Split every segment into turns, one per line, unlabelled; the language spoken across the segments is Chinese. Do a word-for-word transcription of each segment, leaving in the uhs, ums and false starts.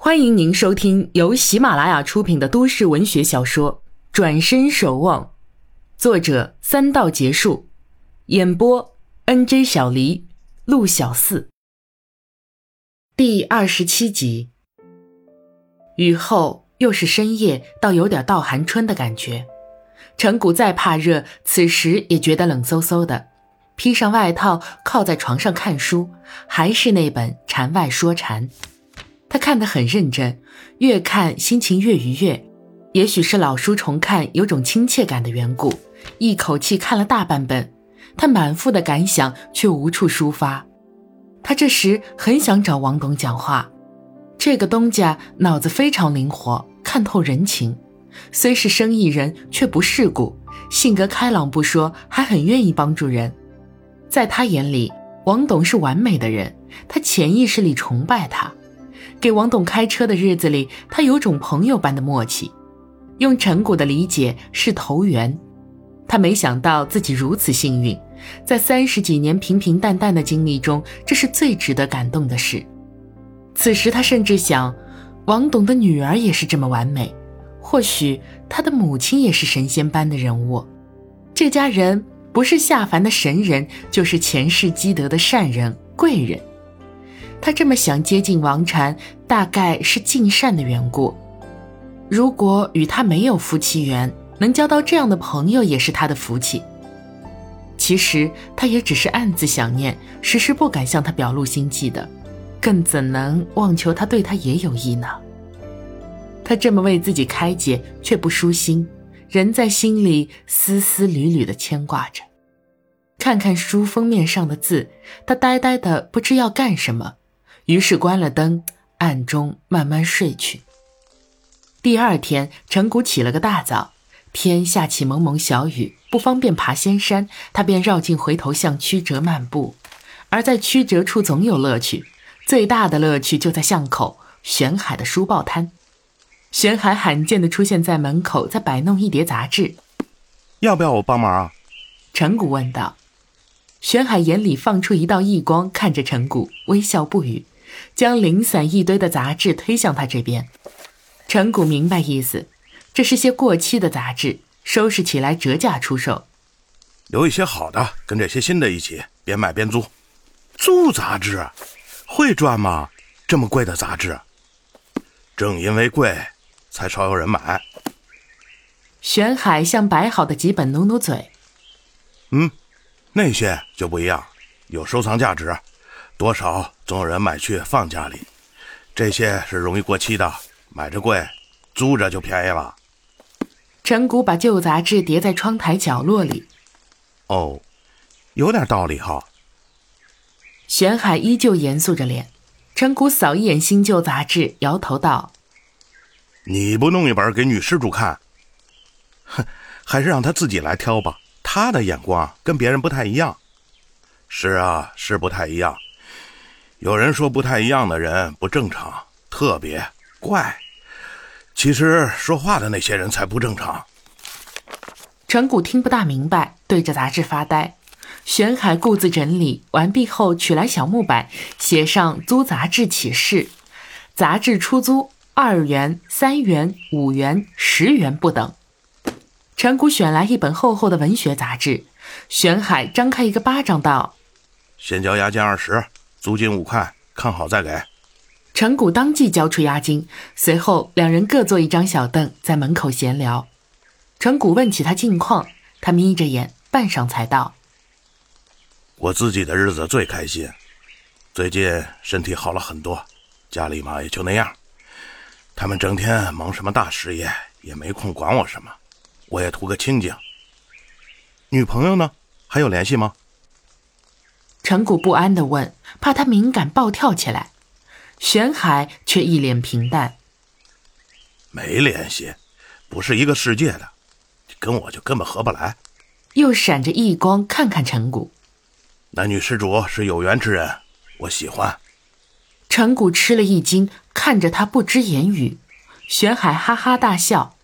欢迎您收听由喜马拉雅出品的都市文学小说《转身守望》，作者三道结束，演播 N J 小黎、陆小四。第二十七集。雨后又是深夜，倒有点倒寒春的感觉。陈谷再怕热，此时也觉得冷飕飕的，披上外套靠在床上看书，还是那本《禅外说禅》。他看得很认真，越看心情越愉悦，也许是老书重看有种亲切感的缘故，一口气看了大半本，他满腹的感想却无处抒发。他这时很想找王董讲话，这个东家脑子非常灵活，看透人情，虽是生意人却不世故，性格开朗不说，还很愿意帮助人。在他眼里，王董是完美的人，他潜意识里崇拜他。给王董开车的日子里，他有种朋友般的默契，用陈谷的理解是投缘。他没想到自己如此幸运，在三十几年平平淡淡的经历中，这是最值得感动的事。此时他甚至想，王董的女儿也是这么完美，或许他的母亲也是神仙般的人物。这家人不是下凡的神人，就是前世积德的善人贵人。他这么想接近王禅，大概是尽善的缘故。如果与他没有夫妻缘，能交到这样的朋友也是他的福气。其实他也只是暗自想念，时时不敢向他表露心迹的，更怎能妄求他对他也有意呢？他这么为自己开解，却不舒心，人在心里丝丝缕缕地牵挂着。看看书封面上的字，他呆呆的不知要干什么，于是关了灯，暗中慢慢睡去。第二天，陈谷起了个大早，天下起蒙蒙小雨，不方便爬仙山，他便绕进回头巷曲折漫步。而在曲折处总有乐趣，最大的乐趣就在巷口玄海的书报摊。玄海罕见地出现在门口，在摆弄一叠杂志。
要不要我帮忙啊？
陈谷问道。玄海眼里放出一道异光，看着陈谷，微笑不语，将零散一堆的杂志推向他这边。陈谷明白意思，这是些过期的杂志，收拾起来折价出售。
有一些好的跟这些新的一起，边买边租。租杂志会赚吗？这么贵的杂志？正因为贵才少有人买。
玄海向摆好的几本努努嘴。
嗯，那些就不一样，有收藏价值，多少总有人买去放家里。这些是容易过期的，买着贵，租着就便宜了。
陈谷把旧杂志叠在窗台角落里。
哦，有点道理哈。
玄海依旧严肃着脸，陈谷扫一眼新旧杂志，摇头道：
你不弄一本给女施主看？哼，还是让她自己来挑吧，她的眼光跟别人不太一样。是啊，是不太一样。有人说不太一样的人不正常，特别怪。其实说话的那些人才不正常。
陈谷听不大明白，对着杂志发呆。玄海顾自整理完毕后，取来小木板，写上租杂志启事。杂志出租二元、三元、五元、十元不等。陈谷选来一本厚厚的文学杂志，玄海张开一个巴掌道：
先交押金二十，租金五块，看好再给。
陈谷当即交出押金，随后两人各坐一张小凳，在门口闲聊。陈谷问起他近况，他眯着眼，半晌才道：
我自己的日子最开心，最近身体好了很多，家里嘛也就那样。他们整天忙什么大事业，也没空管我什么，我也图个清静。女朋友呢？还有联系吗？
陈谷不安地问，怕他敏感暴跳起来。玄海却一脸平淡：
没联系，不是一个世界的，跟我就根本合不来。
又闪着异光看看陈谷。
那女施主是有缘之人，我喜欢。
陈谷吃了一惊，看着他不知言语。玄海哈哈大笑：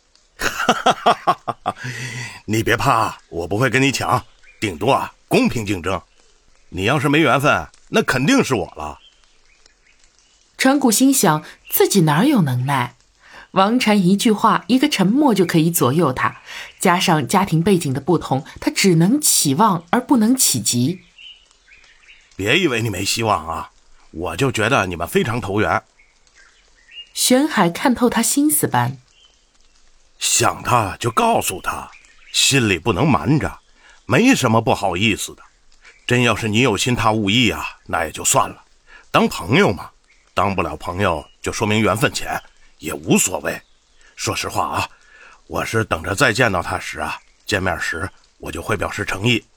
你别怕，我不会跟你抢，顶多啊公平竞争。你要是没缘分，那肯定是我了。
船谷心想自己哪有能耐，王禅一句话一个沉默就可以左右他，加上家庭背景的不同，他只能期望而不能企及。
别以为你没希望啊，我就觉得你们非常投缘。
玄海看透他心思般，
想他就告诉他，心里不能瞒着，没什么不好意思的。真要是你有心他无意啊，那也就算了，当朋友嘛，当不了朋友就说明缘分浅，也无所谓。说实话啊，我是等着再见到他时啊，见面时我就会表示诚意。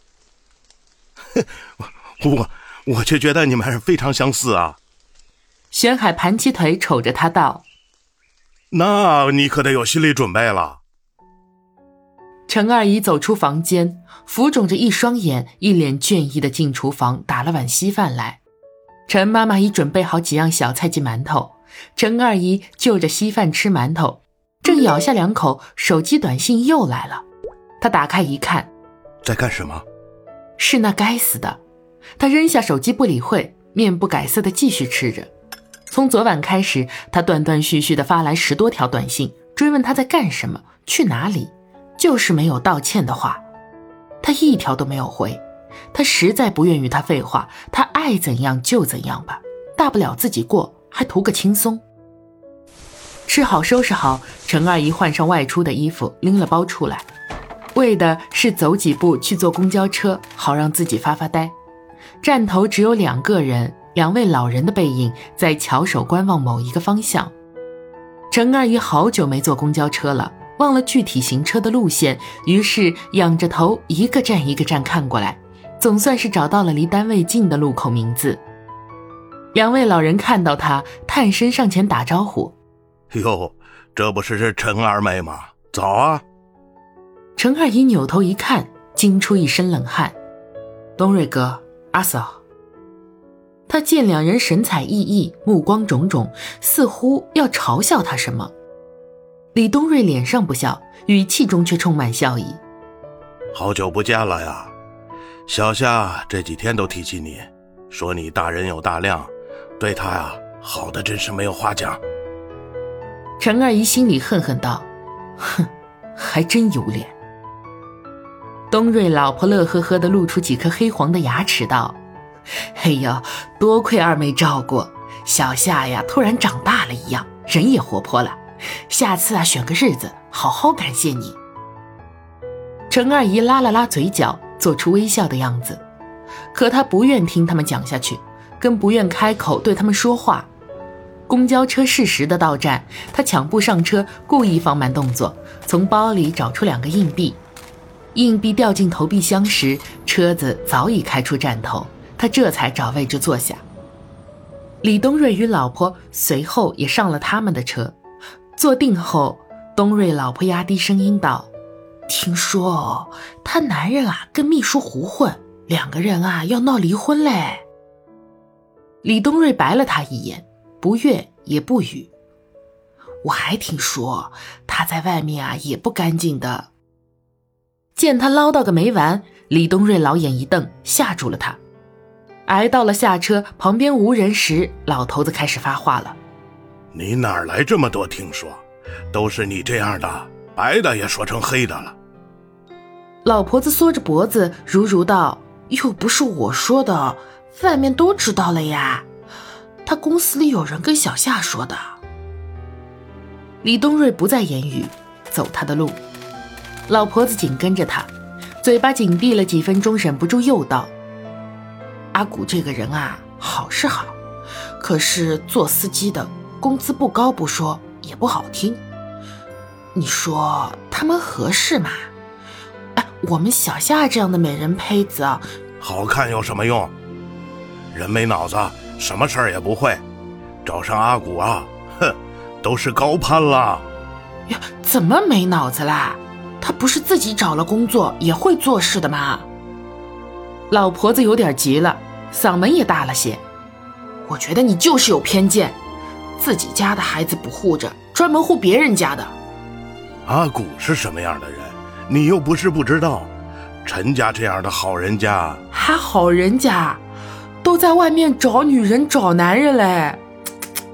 我我却觉得你们非常相似啊。
玄海盘起腿瞅着他道，
那你可得有心理准备了。
陈二姨走出房间，浮肿着一双眼，一脸倦意地进厨房打了碗稀饭来。陈妈妈已准备好几样小菜及馒头，陈二姨就着稀饭吃馒头，正咬下两口，手机短信又来了。她打开一看，
在干什么？
是那该死的。她扔下手机不理会，面不改色地继续吃着。从昨晚开始，她断断续续地发来十多条短信，追问她在干什么，去哪里，就是没有道歉的话。她一条都没有回，她实在不愿与他废话，她爱怎样就怎样吧，大不了自己过，还图个轻松。吃好收拾好，陈二姨换上外出的衣服，拎了包出来，为的是走几步去坐公交车，好让自己发发呆。站头只有两个人，两位老人的背影在翘首观望某一个方向。陈二姨好久没坐公交车了，忘了具体行车的路线，于是仰着头一个站一个站看过来，总算是找到了离单位近的路口名字。两位老人看到他，探身上前打招呼：
哟，这不是是陈二妹吗？早啊。
陈二姨扭头一看，惊出一身冷汗。东瑞哥，阿嫂。他见两人神采奕奕，目光种种，似乎要嘲笑他什么。李东瑞脸上不笑，语气中却充满笑意。
好久不见了呀，小夏这几天都提起你，说你大人有大量，对他呀好的真是没有话讲。
陈二姨心里恨恨道，哼，还真有脸。东瑞老婆乐呵呵地露出几颗黑黄的牙齿道，哎呦，多亏二妹照顾，小夏呀突然长大了一样，人也活泼了，下次啊选个日子好好感谢你。陈二姨拉了拉嘴角，做出微笑的样子，可她不愿听他们讲下去，更不愿开口对他们说话。公交车适时的到站，她抢步上车，故意放慢动作，从包里找出两个硬币。硬币掉进投币箱时，车子早已开出站头，他这才找位置坐下。李东瑞与老婆随后也上了他们的车，坐定后，东瑞老婆压低声音道，听说哦，他男人啊跟秘书胡混，两个人啊要闹离婚嘞。李东瑞白了他一眼，不悦也不语。我还听说他在外面啊也不干净的。见他唠叨个没完，李东瑞老眼一瞪，吓住了他。挨到了下车旁边无人时，老头子开始发话了，
你哪儿来这么多听说，都是你这样的，白的也说成黑的了。
老婆子缩着脖子如如道，又不是我说的，外面都知道了呀，他公司里有人跟小夏说的。李东瑞不再言语，走他的路。老婆子紧跟着他，嘴巴紧闭了几分钟，忍不住又道，阿古这个人啊好是好，可是做司机的工资不高不说，也不好听，你说他们合适吗？哎，我们小夏这样的美人胚子啊，
好看有什么用？人没脑子，什么事儿也不会，找上阿古啊，哼，都是高攀了。
呀，怎么没脑子啦？他不是自己找了工作也会做事的吗？老婆子有点急了，嗓门也大了些。我觉得你就是有偏见，自己家的孩子不护着，专门护别人家的。
阿古是什么样的人，你又不是不知道。陈家这样的好人家，
还好人家，都在外面找女人找男人嘞。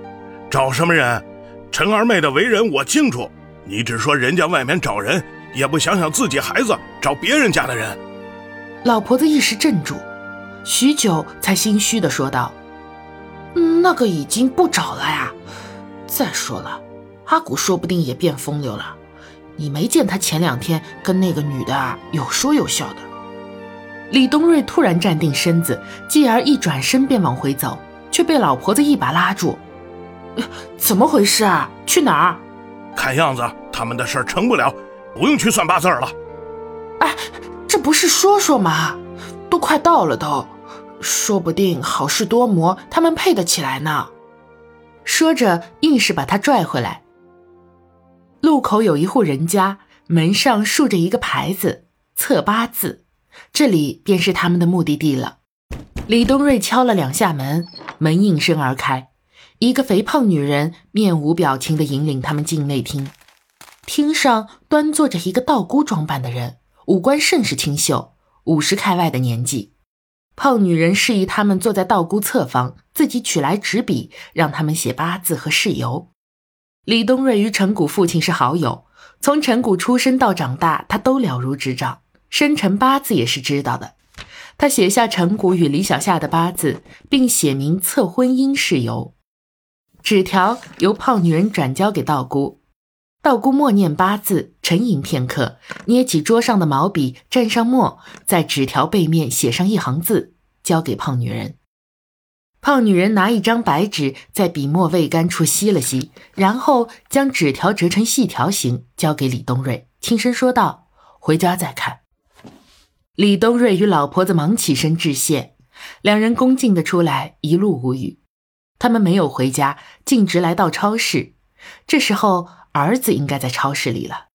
找什么人？陈二妹的为人我清楚，你只说人家外面找人，也不想想自己孩子找别人家的人。
老婆子一时怔住，许久才心虚地说道：那个已经不找了呀。再说了，阿古说不定也变风流了，你没见他前两天跟那个女的啊有说有笑的。李东瑞突然站定身子，继而一转身便往回走，却被老婆子一把拉住。怎么回事啊？去哪儿？
看样子他们的事儿成不了，不用去算八字了。
哎，这不是说说吗？都快到了都，说不定好事多磨，他们配得起来呢。说着硬是把他拽回来。路口有一户人家，门上竖着一个牌子，测八字，这里便是他们的目的地了。李东瑞敲了两下门，门应声而开，一个肥胖女人面无表情地引领他们进内厅。厅上端坐着一个道姑装扮的人，五官甚是清秀，五十开外的年纪。胖女人示意他们坐在道姑侧方，自己取来纸笔，让他们写八字和事由。李东瑞与陈谷父亲是好友，从陈谷出生到长大，他都了如指掌，生辰八字也是知道的。他写下陈谷与李小夏的八字，并写明测婚姻事由。纸条由胖女人转交给道姑，道姑默念八字，沉吟片刻，捏起桌上的毛笔，蘸上墨，在纸条背面写上一行字，交给胖女人。胖女人拿一张白纸，在笔墨未干处吸了吸，然后将纸条折成细条形，交给李东瑞，轻声说道：回家再看。李东瑞与老婆子忙起身致谢，两人恭敬地出来，一路无语。他们没有回家，径直来到超市。这时候儿子应该在超市里了。